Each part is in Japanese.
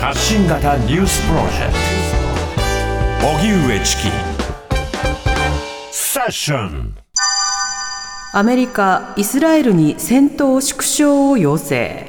発信型ニュースプロジェクト荻上チキセッション。 アメリカ、イスラエルに戦闘縮小を要請。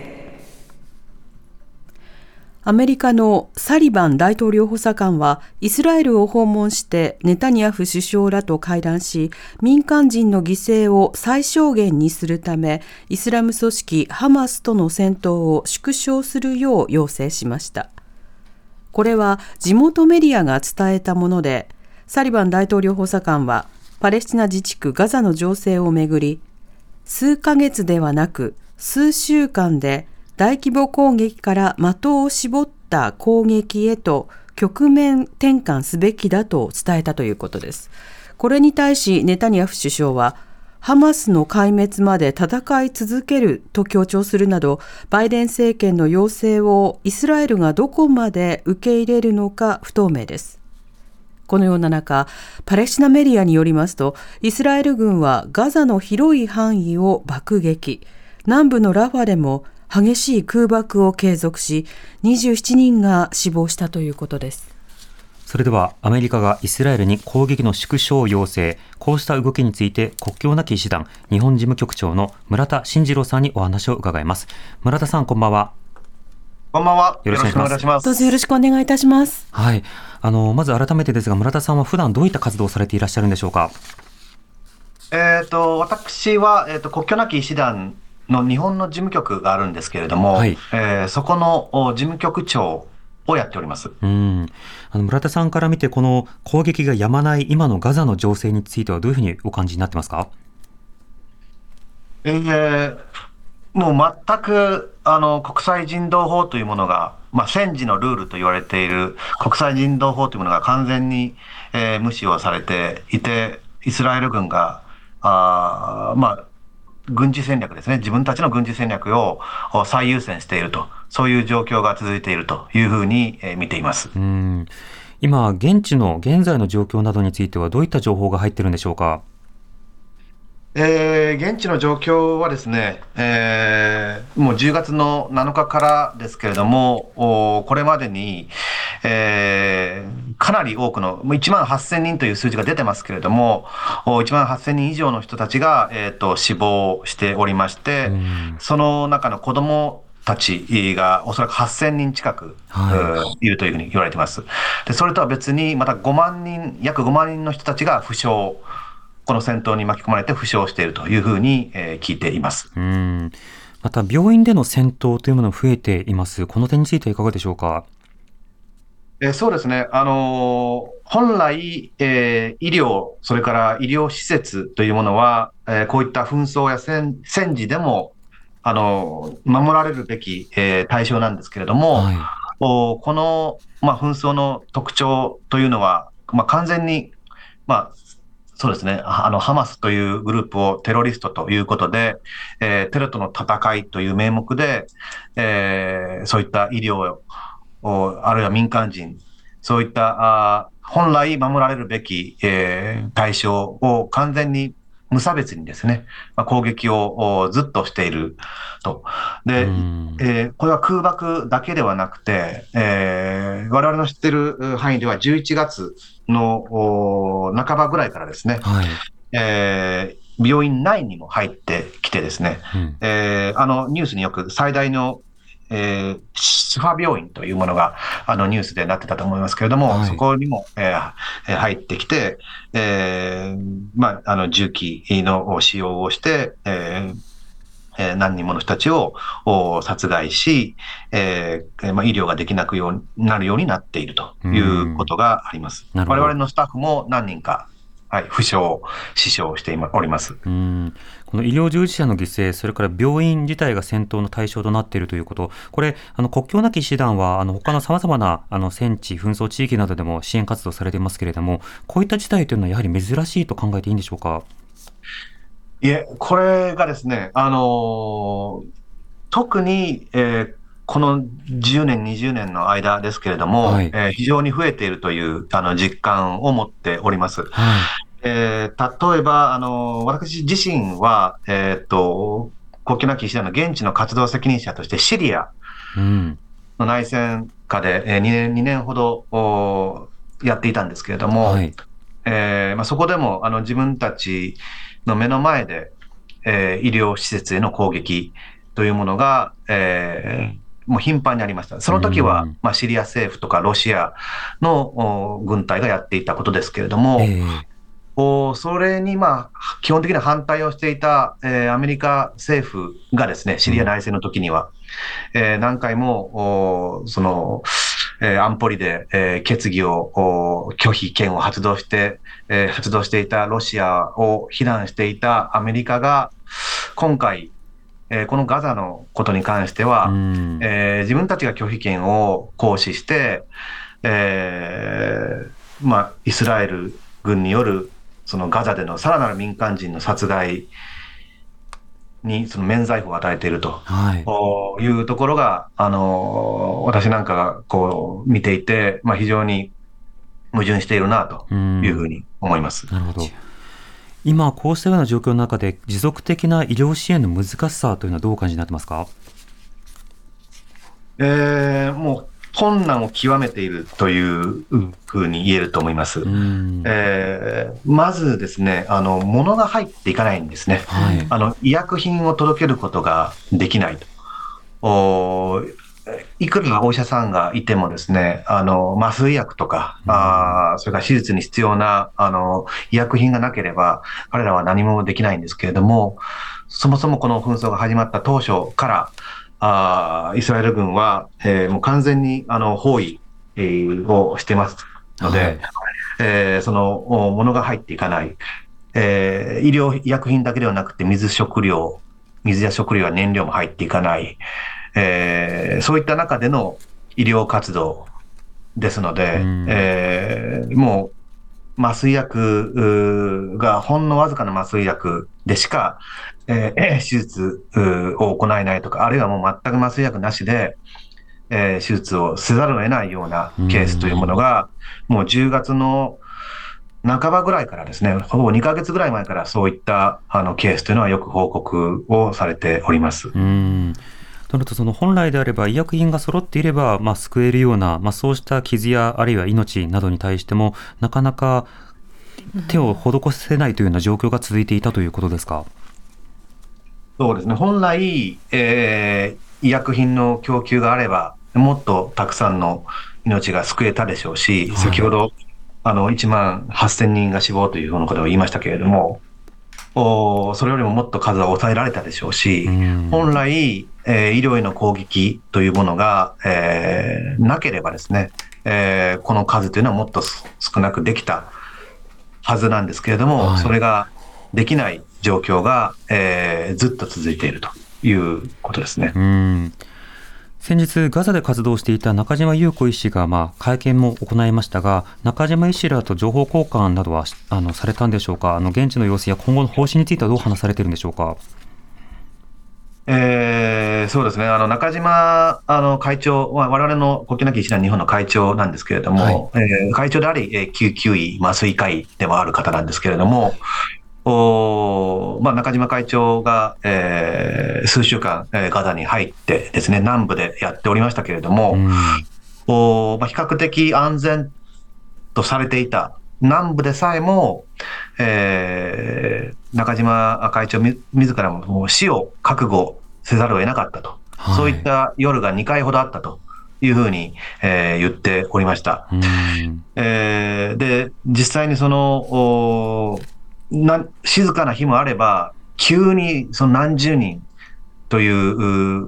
アメリカのサリバン大統領補佐官はイスラエルを訪問してネタニヤフ首相らと会談し、民間人の犠牲を最小限にするためイスラム組織ハマスとの戦闘を縮小するよう要請しました。これは地元メディアが伝えたもので、サリバン大統領補佐官はパレスチナ自治区ガザの情勢をめぐり、数ヶ月ではなく数週間で大規模攻撃から的を絞った攻撃へと局面転換すべきだと伝えたということです。これに対しネタニヤフ首相は、ハマスの壊滅まで戦い続けると強調するなど、バイデン政権の要請をイスラエルがどこまで受け入れるのか不透明です。このような中、パレスチナメディアによりますと、イスラエル軍はガザの広い範囲を爆撃、南部のラファでも激しい空爆を継続し、27人が死亡したということです。 それではアメリカがイスラエルに攻撃の縮小を要請、こうした動きについて国境なき医師団日本事務局長の村田慎次郎さんにお話を伺います。村田さん、こんばんは。 こんばんは。 よろしくお願いします。 どうぞよろしくお願いいたします。 はい、まず改めてですが、村田さんは普段どういった活動をされていらっしゃるんでしょうか。 私は、国境なき医師団の日本の事務局があるんですけれども、はい、そこの事務局長をやっております。 村田さんから見て、この攻撃が止まない今のガザの情勢についてはどういうふうにお感じになってますか。 もう全く国際人道法というものが、戦時のルールと言われている国際人道法というものが完全に、無視をされていて、イスラエル軍が軍事戦略ですね、自分たちの軍事戦略を最優先していると、そういう状況が続いているというふうに見ています。 今、現在の状況などについてはどういった情報が入っているんでしょうか。 現地の状況はですね、もう10月の7日からですけれども、これまでに、かなり多くの1万8000人という数字が出てますけれども、1万8000人以上の人たちが、死亡しておりまして、その中の子どもたちがおそらく8000人近く、いるというふうに言われています。で、それとは別にまた約5万人の人たちが負傷、この戦闘に巻き込まれて負傷しているというふうに、聞いています。 また病院での戦闘というものも増えています。この点についてはいかがでしょうか。 そうですね。本来、医療、それから医療施設というものは、こういった紛争や戦時でも、守られるべき、対象なんですけれども、この、紛争の特徴というのは、完全に、そうですね。ハマスというグループをテロリストということで、テロとの戦いという名目で、そういった医療あるいは民間人、そういった本来守られるべき、対象を完全に無差別にですね、攻撃をずっとしていると。で、これは空爆だけではなくて、我々の知っている範囲では11月の半ばぐらいからですね、病院内にも入ってきてですね、ニュースによく最大のシファ病院というものがニュースでなってたと思いますけれども、そこにも、入ってきて、銃器の使用をして、何人もの人たちを殺害し、医療ができなくなるようになっているということがあります。我々のスタッフも何人か、負傷、死傷しております。 この医療従事者の犠牲、それから病院自体が戦闘の対象となっているということ、これ国境なき医師団は他のさまざまな戦地、紛争地域などでも支援活動されていますけれども、こういった事態というのはやはり珍しいと考えていいんでしょうか。 いえ、これがですね、特に、この10年、20年の間ですけれども、非常に増えているという実感を持っております。例えば、私自身は、国境なき医師団の現地の活動責任者としてシリアの内戦下で、2年ほどやっていたんですけれども、 はい。 そこでも自分たちの目の前で、医療施設への攻撃というものが、もう頻繁にありました。その時は、シリア政府とかロシアの軍隊がやっていたことですけれども、それに基本的に反対をしていた、アメリカ政府がですね、シリア内戦の時には、何回も安保理で、決議を拒否権を発動していたロシアを非難していたアメリカが今回、このガザのことに関しては、自分たちが拒否権を行使して、イスラエル軍によるそのガザでのさらなる民間人の殺害にその免罪符を与えているというところが、私なんかがこう見ていて、非常に矛盾しているなというふうに思います。 なるほど。今こうしたような状況の中で持続的な医療支援の難しさというのはどうお感じになってますか？ もう困難を極めているというふうに言えると思います。まずですね、物が入っていかないんですね。医薬品を届けることができないと。いくらお医者さんがいてもですね、麻酔薬とか、それから手術に必要な医薬品がなければ、彼らは何もできないんですけれども、そもそもこの紛争が始まった当初から、イスラエル軍は、もう完全に包囲、をしてますので、その物が入っていかない、医薬品だけではなくて水や食料や燃料も入っていかない、そういった中での医療活動ですので、もう麻酔薬がほんのわずかな麻酔薬でしか、手術を行えないとか、あるいはもう全く麻酔薬なしで、手術をせざるを得ないようなケースというものが、もう10月の半ばぐらいからですね、ほぼ2ヶ月ぐらい前からそういったケースというのはよく報告をされております。 となると、その本来であれば医薬品が揃っていれば、救えるような、そうした傷やあるいは命などに対してもなかなか手を施せないというような状況が続いていたということですか？ そうですね。本来、医薬品の供給があれば、もっとたくさんの命が救えたでしょうし、先ほど1万8000人が死亡というようなことを言いましたけれども、それよりももっと数は抑えられたでしょうし、本来、医療への攻撃というものが、なければですね、この数というのはもっと少なくできたはずなんですけれども、それができない状況が、ずっと続いているということですね。 先日ガザで活動していた中島裕子医師が会見も行いましたが、中島医師らと情報交換などはされたんでしょうか？現地の様子や今後の方針についてはどう話されているんでしょうか？ そうですね。中島会長は我々の国境なき医師団日本の会長なんですけれども、会長であり、救急医麻酔科医でもある方なんですけれども、中島会長が、数週間、ガザに入ってですね、南部でやっておりましたけれども、比較的安全とされていた南部でさえも、中島会長自らも死を覚悟せざるを得なかったと、そういった夜が2回ほどあったというふうに、言っておりました。で、実際に静かな日もあれば、急にその何十人という、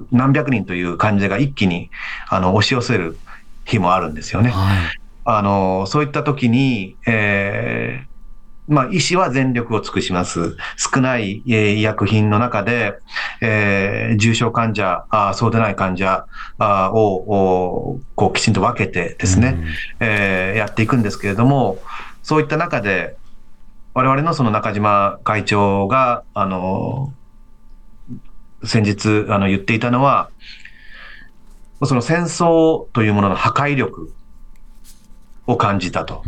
何百人という患者が一気に押し寄せる日もあるんですよね。そういった時に、医師は全力を尽くします。少ない医薬品の中で、重症患者、そうでない患者をきちんと分けてですね、やっていくんですけれども、そういった中で、我々のその中島会長が、先日言っていたのは、その戦争というものの破壊力を感じたと。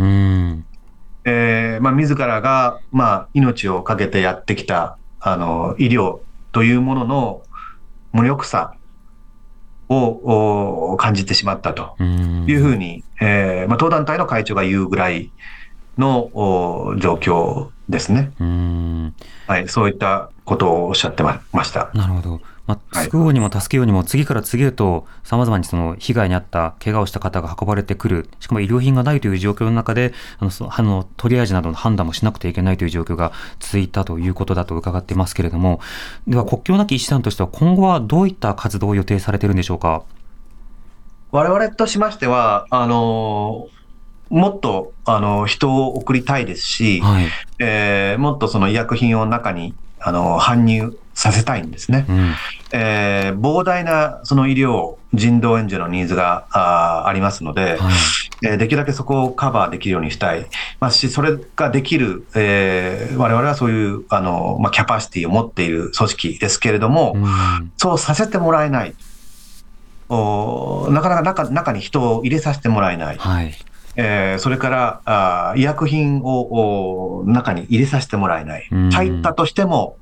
自らが、命を懸けてやってきた、医療というものの無力さを感じてしまったというふうに、当団体の会長が言うぐらいの状況ですね。はい、そういったことをおっしゃってました。 なるほど。救おうにも助けようにも次から次へと様々にその被害に遭った怪我をした方が運ばれてくる、しかも医療品がないという状況の中でトリアージなどの判断もしなくてはいけないという状況が続いたということだと伺っていますけれども、では国境なき医師団としては今後はどういった活動を予定されているんでしょうか。 我々としましてはもっと人を送りたいですし、はい、もっとその医薬品を中に搬入させたいんですね。膨大なその医療、人道援助のニーズがありますので、はい、できるだけそこをカバーできるようにしたいますし、それができる、我々はそういうキャパシティを持っている組織ですけれども、そうさせてもらえない。なかなか中に人を入れさせてもらえない。はい、それから医薬品を中に入れさせてもらえない。入ったとしても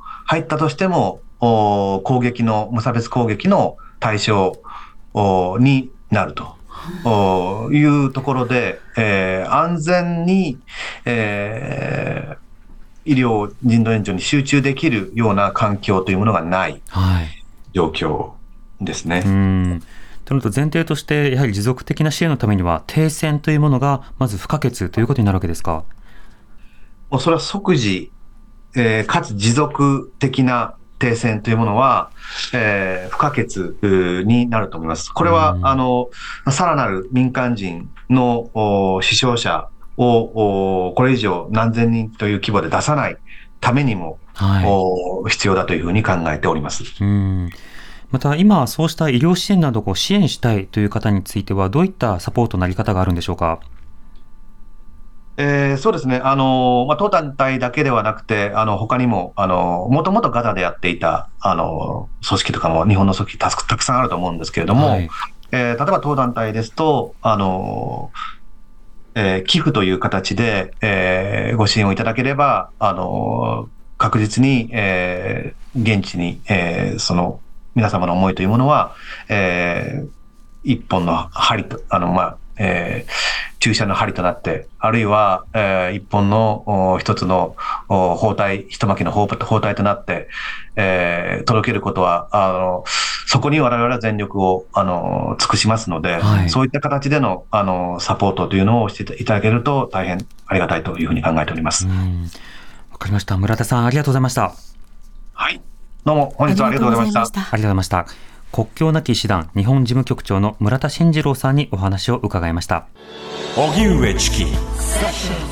攻撃の無差別攻撃の対象になるというところで、安全に、医療人道援助に集中できるような環境というものがない状況ですね。 となると前提としてやはり持続的な支援のためには停戦というものがまず不可欠ということになるわけですか。 それは即時、かつ持続的な停戦というものは、不可欠になると思います。これはさらなる民間人の死傷者をこれ以上何千人という規模で出さないためにも、はい、必要だというふうに考えております。 また今そうした医療支援などを支援したいという方についてはどういったサポートのあり方があるんでしょうか。 そうですね。当団体だけではなくて、他にも、もともとガザでやっていた、組織とかも、日本の組織たくさんあると思うんですけれども、はい、例えば当団体ですと、寄付という形で、ご支援をいただければ、確実に、現地に、その、皆様の思いというものは、一本の針と、注射の針となって、あるいは、一本の一つの包帯、一巻きの包帯となって、届けることは、そこに我々は全力を尽くしますので、はい、そういった形でのサポートというのをしていただけると大変ありがたいというふうに考えております。 わかりました。村田さん、ありがとうございました。 はい。どうも、本日はありがとうございました。 ありがとうございました。国境なき医師団日本事務局長の村田慎次郎さんにお話を伺いました。 荻上チキ